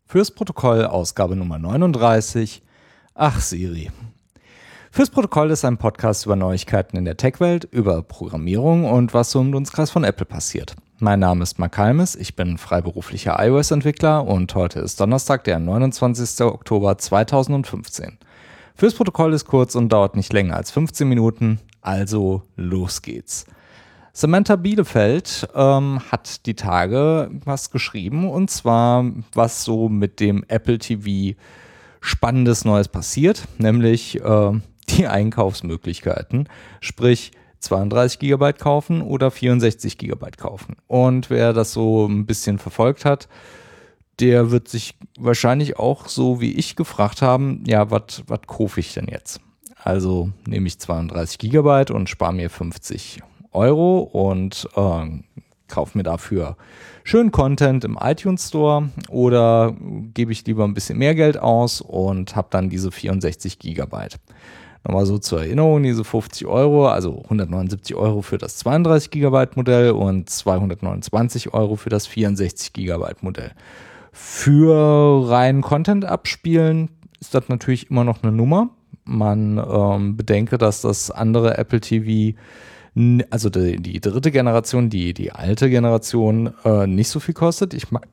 Fürs Protokoll Ausgabe Nummer 39. Ach Siri. Fürs Protokoll ist ein Podcast über Neuigkeiten in der Tech-Welt, über Programmierung und was so im Dunstkreis von Apple passiert. Mein Name ist Mark Halmes, ich bin freiberuflicher iOS-Entwickler und heute ist Donnerstag, der 29. Oktober 2015. Fürs Protokoll ist kurz und dauert nicht länger als 15 Minuten, also los geht's. Samantha Bielefeld hat die Tage was geschrieben, und zwar, was so mit dem Apple TV Spannendes Neues passiert, nämlich die Einkaufsmöglichkeiten, sprich 32 GB kaufen oder 64 GB kaufen. Und wer das so ein bisschen verfolgt hat, der wird sich wahrscheinlich auch so wie ich gefragt haben, ja, was kaufe ich denn jetzt? Also nehme ich 32 GB und spare mir 50 Euro und kaufe mir dafür schön Content im iTunes Store, oder gebe ich lieber ein bisschen mehr Geld aus und habe dann diese 64 GB. Nochmal so zur Erinnerung, diese 50 Euro, also 179 Euro für das 32 GB Modell und 229 Euro für das 64 GB Modell. Für reinen Content abspielen ist das natürlich immer noch eine Nummer. Man bedenke, dass das andere Apple TV, also die dritte Generation, die alte Generation, nicht so viel kostet. Ich meine,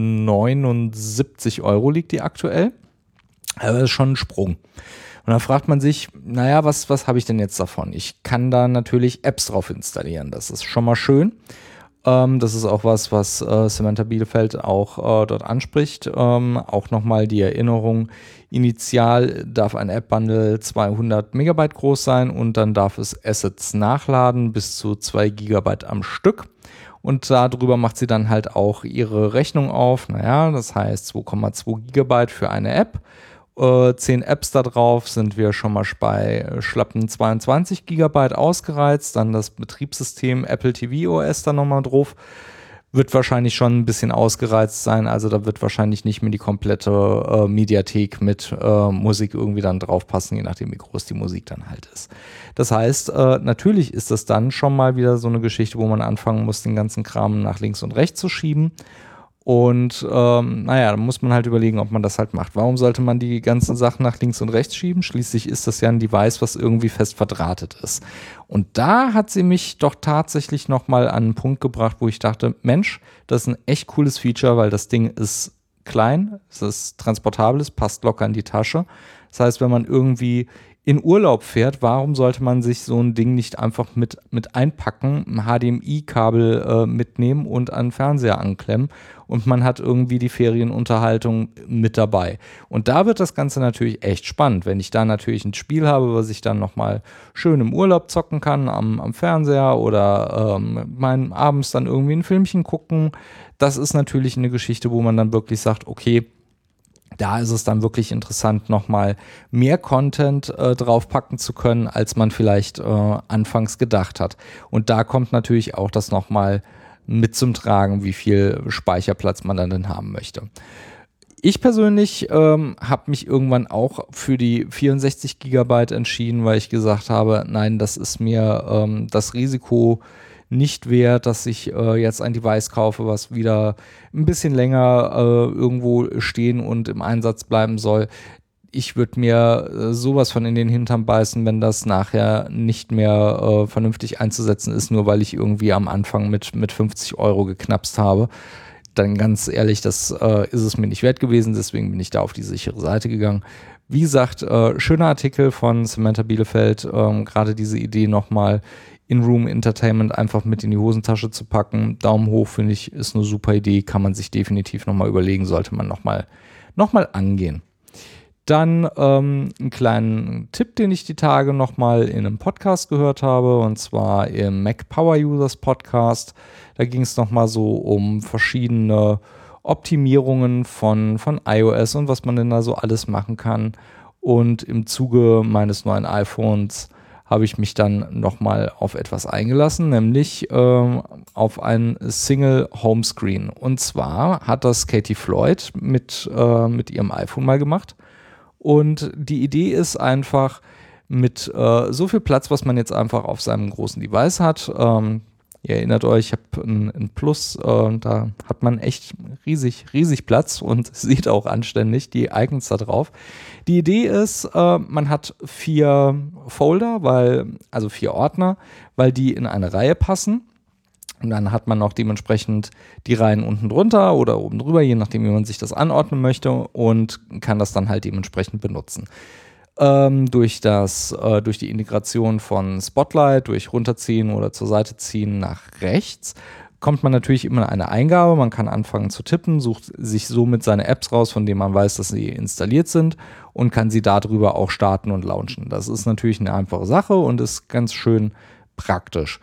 79 Euro liegt die aktuell. Aber das ist schon ein Sprung. Und dann fragt man sich, naja, was habe ich denn jetzt davon? Ich kann da natürlich Apps drauf installieren. Das ist schon mal schön. Das ist auch was Samantha Bielefeld auch dort anspricht. Auch nochmal die Erinnerung, initial darf ein App-Bundle 200 Megabyte groß sein und dann darf es Assets nachladen bis zu 2 Gigabyte am Stück. Und darüber macht sie dann halt auch ihre Rechnung auf. Naja, das heißt 2,2 Gigabyte für eine App. 10 Apps da drauf sind wir schon mal bei schlappen 22 Gigabyte ausgereizt. Dann das Betriebssystem Apple TV OS da nochmal drauf. Wird wahrscheinlich schon ein bisschen ausgereizt sein. Also da wird wahrscheinlich nicht mehr die komplette Mediathek mit Musik irgendwie dann drauf passen, je nachdem wie groß die Musik dann halt ist. Das heißt, natürlich ist das dann schon mal wieder so eine Geschichte, wo man anfangen muss, den ganzen Kram nach links und rechts zu schieben. Und naja, da muss man halt überlegen, ob man das halt macht. Warum sollte man die ganzen Sachen nach links und rechts schieben? Schließlich ist das ja ein Device, was irgendwie fest verdrahtet ist. Und da hat sie mich doch tatsächlich nochmal an einen Punkt gebracht, wo ich dachte, Mensch, das ist ein echt cooles Feature, weil das Ding ist klein, es ist transportabel, es passt locker in die Tasche. Das heißt, wenn man irgendwie in Urlaub fährt, warum sollte man sich so ein Ding nicht einfach mit einpacken, ein HDMI-Kabel mitnehmen und an den Fernseher anklemmen, und man hat irgendwie die Ferienunterhaltung mit dabei. Und da wird das Ganze natürlich echt spannend, wenn ich da natürlich ein Spiel habe, was ich dann nochmal schön im Urlaub zocken kann, am Fernseher, oder abends dann irgendwie ein Filmchen gucken. Das ist natürlich eine Geschichte, wo man dann wirklich sagt, okay, da ist es dann wirklich interessant, nochmal mehr Content draufpacken zu können, als man vielleicht anfangs gedacht hat. Und da kommt natürlich auch das nochmal mit zum Tragen, wie viel Speicherplatz man dann denn haben möchte. Ich persönlich habe mich irgendwann auch für die 64 Gigabyte entschieden, weil ich gesagt habe, nein, das ist mir das Risiko nicht wert, dass ich jetzt ein Device kaufe, was wieder ein bisschen länger irgendwo stehen und im Einsatz bleiben soll. Ich würde mir sowas von in den Hintern beißen, wenn das nachher nicht mehr vernünftig einzusetzen ist, nur weil ich irgendwie am Anfang mit 50 Euro geknapst habe. Dann ganz ehrlich, das ist es mir nicht wert gewesen, deswegen bin ich da auf die sichere Seite gegangen. Wie gesagt, schöner Artikel von Samantha Bielefeld, gerade diese Idee nochmal In-Room Entertainment einfach mit in die Hosentasche zu packen. Daumen hoch, finde ich, ist eine super Idee, kann man sich definitiv nochmal überlegen, sollte man nochmal angehen. Dann einen kleinen Tipp, den ich die Tage nochmal in einem Podcast gehört habe, und zwar im Mac Power Users Podcast. Da ging es nochmal so um verschiedene Optimierungen von iOS und was man denn da so alles machen kann. Und im Zuge meines neuen iPhones habe ich mich dann nochmal auf etwas eingelassen, nämlich auf ein Single Homescreen. Und zwar hat das Katie Floyd mit ihrem iPhone mal gemacht. Und die Idee ist einfach, mit so viel Platz, was man jetzt einfach auf seinem großen Device hat, Ihr erinnert euch, ich habe ein Plus, da hat man echt riesig Platz und sieht auch anständig die Icons da drauf. Die Idee ist, man hat 4 Folder, also 4 Ordner, weil die in eine Reihe passen. Und dann hat man noch dementsprechend die Reihen unten drunter oder oben drüber, je nachdem, wie man sich das anordnen möchte, und kann das dann halt dementsprechend benutzen. Durch die Integration von Spotlight, durch runterziehen oder zur Seite ziehen nach rechts, kommt man natürlich immer in eine Eingabe. Man kann anfangen zu tippen, sucht sich somit seine Apps raus, von denen man weiß, dass sie installiert sind, und kann sie darüber auch starten und launchen. Das ist natürlich eine einfache Sache und ist ganz schön praktisch.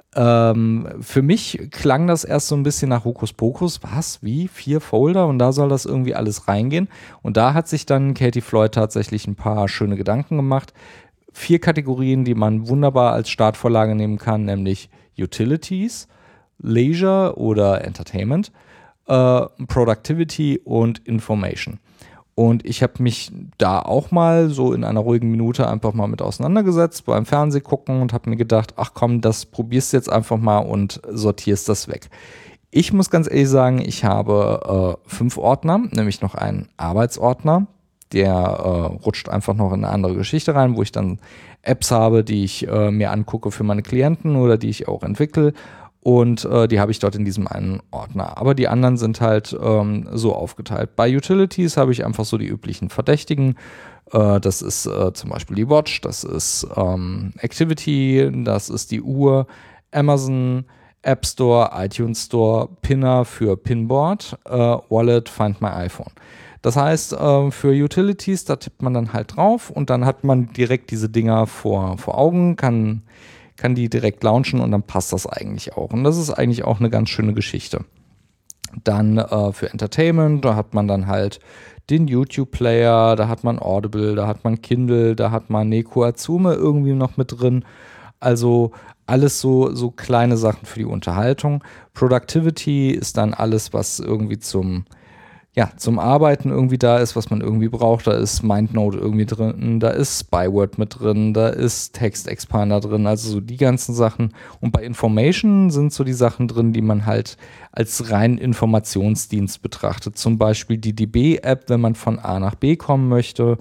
Für mich klang das erst so ein bisschen nach Hokuspokus. Was? Wie? 4 Folder? Und da soll das irgendwie alles reingehen? Und da hat sich dann Katie Floyd tatsächlich ein paar schöne Gedanken gemacht. 4 Kategorien, die man wunderbar als Startvorlage nehmen kann, nämlich Utilities, Leisure oder Entertainment, Productivity und Information. Und ich habe mich da auch mal so in einer ruhigen Minute einfach mal mit auseinandergesetzt beim Fernsehgucken und habe mir gedacht, ach komm, das probierst du jetzt einfach mal und sortierst das weg. Ich muss ganz ehrlich sagen, ich habe 5 Ordner, nämlich noch einen Arbeitsordner, der rutscht einfach noch in eine andere Geschichte rein, wo ich dann Apps habe, die ich mir angucke für meine Klienten oder die ich auch entwickle. Und die habe ich dort in diesem einen Ordner. Aber die anderen sind halt so aufgeteilt. Bei Utilities habe ich einfach so die üblichen Verdächtigen. Das ist zum Beispiel die Watch, das ist Activity, das ist die Uhr, Amazon, App Store, iTunes Store, Pinner für Pinboard, Wallet, Find My iPhone. Das heißt, für Utilities, da tippt man dann halt drauf und dann hat man direkt diese Dinger vor Augen, kann die direkt launchen und dann passt das eigentlich auch. Und das ist eigentlich auch eine ganz schöne Geschichte. Dann für Entertainment, da hat man dann halt den YouTube-Player, da hat man Audible, da hat man Kindle, da hat man Neko Atsume irgendwie noch mit drin. Also alles so kleine Sachen für die Unterhaltung. Productivity ist dann alles, was irgendwie zum Arbeiten irgendwie da ist, was man irgendwie braucht. Da ist MindNote irgendwie drin, da ist Spyword mit drin, da ist TextExpander drin, also so die ganzen Sachen. Und bei Information sind so die Sachen drin, die man halt als rein Informationsdienst betrachtet. Zum Beispiel die DB-App, wenn man von A nach B kommen möchte.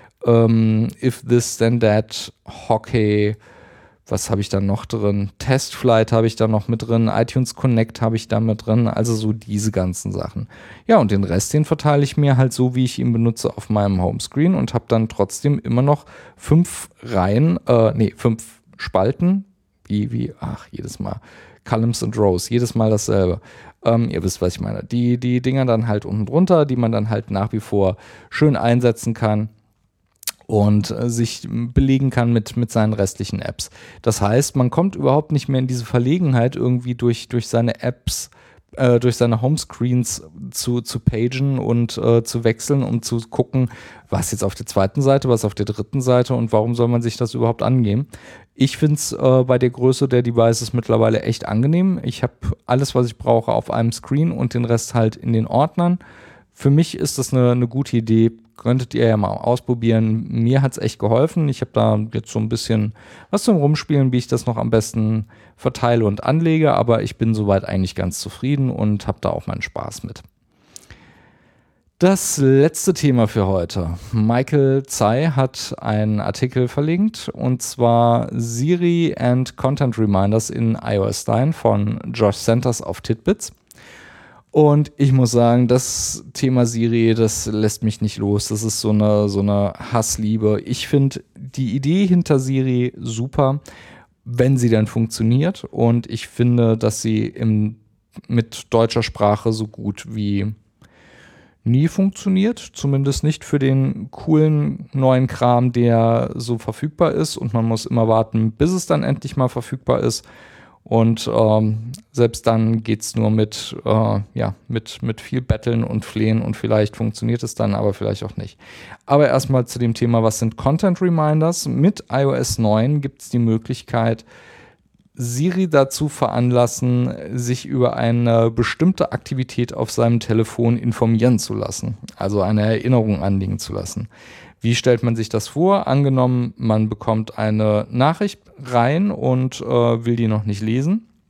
If This Then That, Hockey, was habe ich da noch drin? Testflight habe ich da noch mit drin, iTunes Connect habe ich da mit drin, also so diese ganzen Sachen. Ja, und den Rest, den verteile ich mir halt so, wie ich ihn benutze auf meinem Homescreen und habe dann trotzdem immer noch 5 Spalten, jedes Mal, Columns and Rows, jedes Mal dasselbe. Ihr wisst, was ich meine. Die Dinger dann halt unten drunter, die man dann halt nach wie vor schön einsetzen kann und sich belegen kann mit seinen restlichen Apps. Das heißt, man kommt überhaupt nicht mehr in diese Verlegenheit, irgendwie durch seine Apps, durch seine Homescreens zu pagen und zu wechseln, um zu gucken, was jetzt auf der 2. Seite, was auf der 3. Seite und warum soll man sich das überhaupt angehen. Ich finde es bei der Größe der Devices mittlerweile echt angenehm. Ich habe alles, was ich brauche, auf einem Screen und den Rest halt in den Ordnern. Für mich ist das eine gute Idee. Könntet ihr ja mal ausprobieren. Mir hat es echt geholfen. Ich habe da jetzt so ein bisschen was zum Rumspielen, wie ich das noch am besten verteile und anlege, aber ich bin soweit eigentlich ganz zufrieden und habe da auch meinen Spaß mit. Das letzte Thema für heute. Michael Tsai hat einen Artikel verlinkt, und zwar Siri and Content Reminders in iOS 9 von Josh Sanders auf Titbits. Und ich muss sagen, das Thema Siri, das lässt mich nicht los. Das ist so eine Hassliebe. Ich finde die Idee hinter Siri super, wenn sie dann funktioniert. Und ich finde, dass sie mit deutscher Sprache so gut wie nie funktioniert. Zumindest nicht für den coolen neuen Kram, der so verfügbar ist. Und man muss immer warten, bis es dann endlich mal verfügbar ist. Und selbst dann geht es nur mit viel Betteln und Flehen, und vielleicht funktioniert es dann, aber vielleicht auch nicht. Aber erstmal zu dem Thema, was sind Content Reminders? Mit iOS 9 gibt es die Möglichkeit, Siri dazu veranlassen, sich über eine bestimmte Aktivität auf seinem Telefon informieren zu lassen, also eine Erinnerung anliegen zu lassen. Wie stellt man sich das vor? Angenommen, man bekommt eine Nachricht rein und will die noch nicht lesen.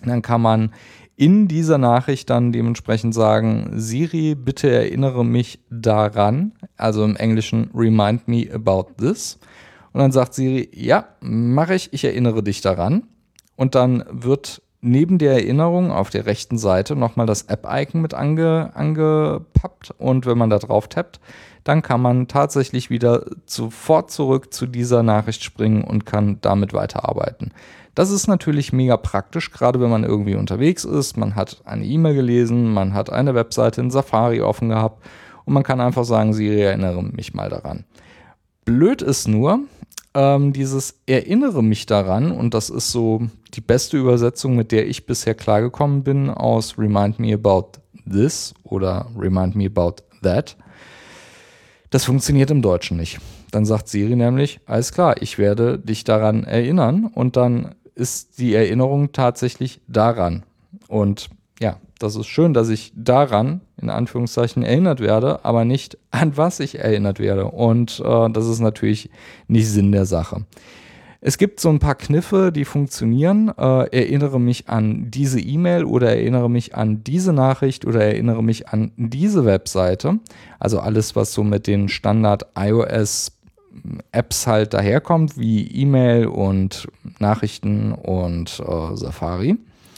Dann kann man in dieser Nachricht dann dementsprechend sagen, Siri, bitte erinnere mich daran, also im Englischen remind me about this. Und dann sagt Siri, ja, mache ich erinnere dich daran. Und dann wird neben der Erinnerung auf der rechten Seite nochmal das App-Icon mit angepappt. Und wenn man da drauf tappt, dann kann man tatsächlich wieder sofort zurück zu dieser Nachricht springen und kann damit weiterarbeiten. Das ist natürlich mega praktisch, gerade wenn man irgendwie unterwegs ist. Man hat eine E-Mail gelesen, man hat eine Webseite in Safari offen gehabt und man kann einfach sagen, Siri, erinnere mich mal daran. Blöd ist nur, dieses erinnere mich daran, und das ist so die beste Übersetzung, mit der ich bisher klargekommen bin, aus remind me about this oder remind me about that. Das funktioniert im Deutschen nicht. Dann sagt Siri nämlich, alles klar, ich werde dich daran erinnern, und dann ist die Erinnerung tatsächlich daran. Und ja, das ist schön, dass ich daran, in Anführungszeichen, erinnert werde, aber nicht an was ich erinnert werde. Und das ist natürlich nicht Sinn der Sache. Es gibt so ein paar Kniffe, die funktionieren. Erinnere mich an diese E-Mail oder erinnere mich an diese Nachricht oder erinnere mich an diese Webseite. Also alles, was so mit den Standard-iOS-Apps halt daherkommt, wie E-Mail und Nachrichten und Safari.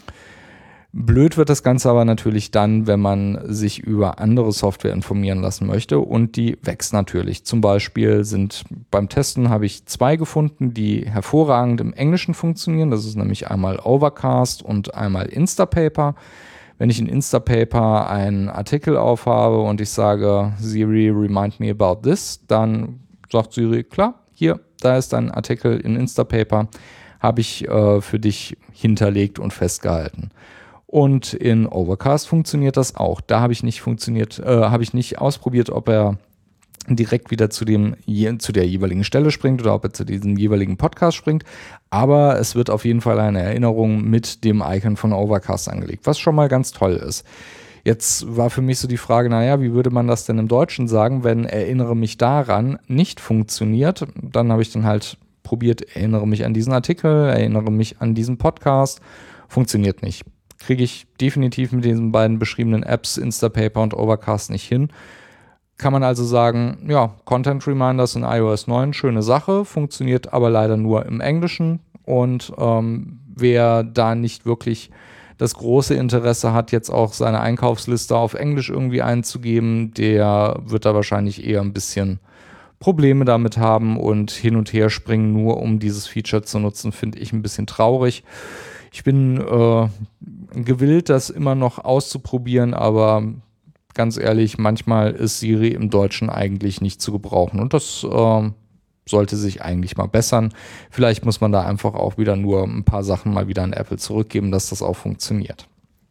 Blöd wird das Ganze aber natürlich dann, wenn man sich über andere Software informieren lassen möchte, und die wächst natürlich. Zum Beispiel beim Testen habe ich 2 gefunden, die hervorragend im Englischen funktionieren. Das ist nämlich einmal Overcast und einmal Instapaper. Wenn ich in Instapaper einen Artikel aufhabe und ich sage, Siri, remind me about this, dann sagt Siri, klar, hier, da ist ein Artikel in Instapaper, habe ich für dich hinterlegt und festgehalten. Und in Overcast funktioniert das auch. Da habe ich nicht ausprobiert, ob er direkt wieder zu der jeweiligen Stelle springt oder ob er zu diesem jeweiligen Podcast springt. Aber es wird auf jeden Fall eine Erinnerung mit dem Icon von Overcast angelegt, was schon mal ganz toll ist. Jetzt war für mich so die Frage, naja, wie würde man das denn im Deutschen sagen, wenn erinnere mich daran nicht funktioniert? Dann habe ich dann halt probiert, erinnere mich an diesen Artikel, erinnere mich an diesen Podcast. Funktioniert nicht. Kriege ich definitiv mit diesen beiden beschriebenen Apps, Instapaper und Overcast, nicht hin. Kann man also sagen, ja, Content Reminders in iOS 9, schöne Sache, funktioniert aber leider nur im Englischen. Und wer da nicht wirklich das große Interesse hat, jetzt auch seine Einkaufsliste auf Englisch irgendwie einzugeben, der wird da wahrscheinlich eher ein bisschen Probleme damit haben und hin und her springen, nur um dieses Feature zu nutzen, finde ich ein bisschen traurig. Ich bin gewillt, das immer noch auszuprobieren, aber ganz ehrlich, manchmal ist Siri im Deutschen eigentlich nicht zu gebrauchen, und das sollte sich eigentlich mal bessern. Vielleicht muss man da einfach auch wieder nur ein paar Sachen mal wieder an Apple zurückgeben, dass das auch funktioniert.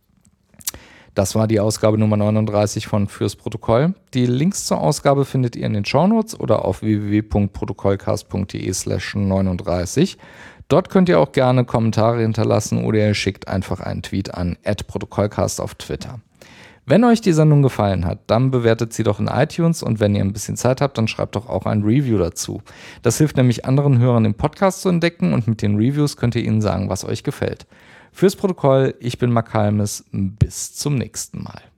Das war die Ausgabe Nummer 39 von Fürs Protokoll. Die Links zur Ausgabe findet ihr in den Shownotes oder auf www.protokollcast.de/39. Dort könnt ihr auch gerne Kommentare hinterlassen oder ihr schickt einfach einen Tweet an @protokollcast auf Twitter. Wenn euch die Sendung gefallen hat, dann bewertet sie doch in iTunes, und wenn ihr ein bisschen Zeit habt, dann schreibt doch auch ein Review dazu. Das hilft nämlich anderen Hörern, den Podcast zu entdecken, und mit den Reviews könnt ihr ihnen sagen, was euch gefällt. Fürs Protokoll, ich bin Mark Halmes, bis zum nächsten Mal.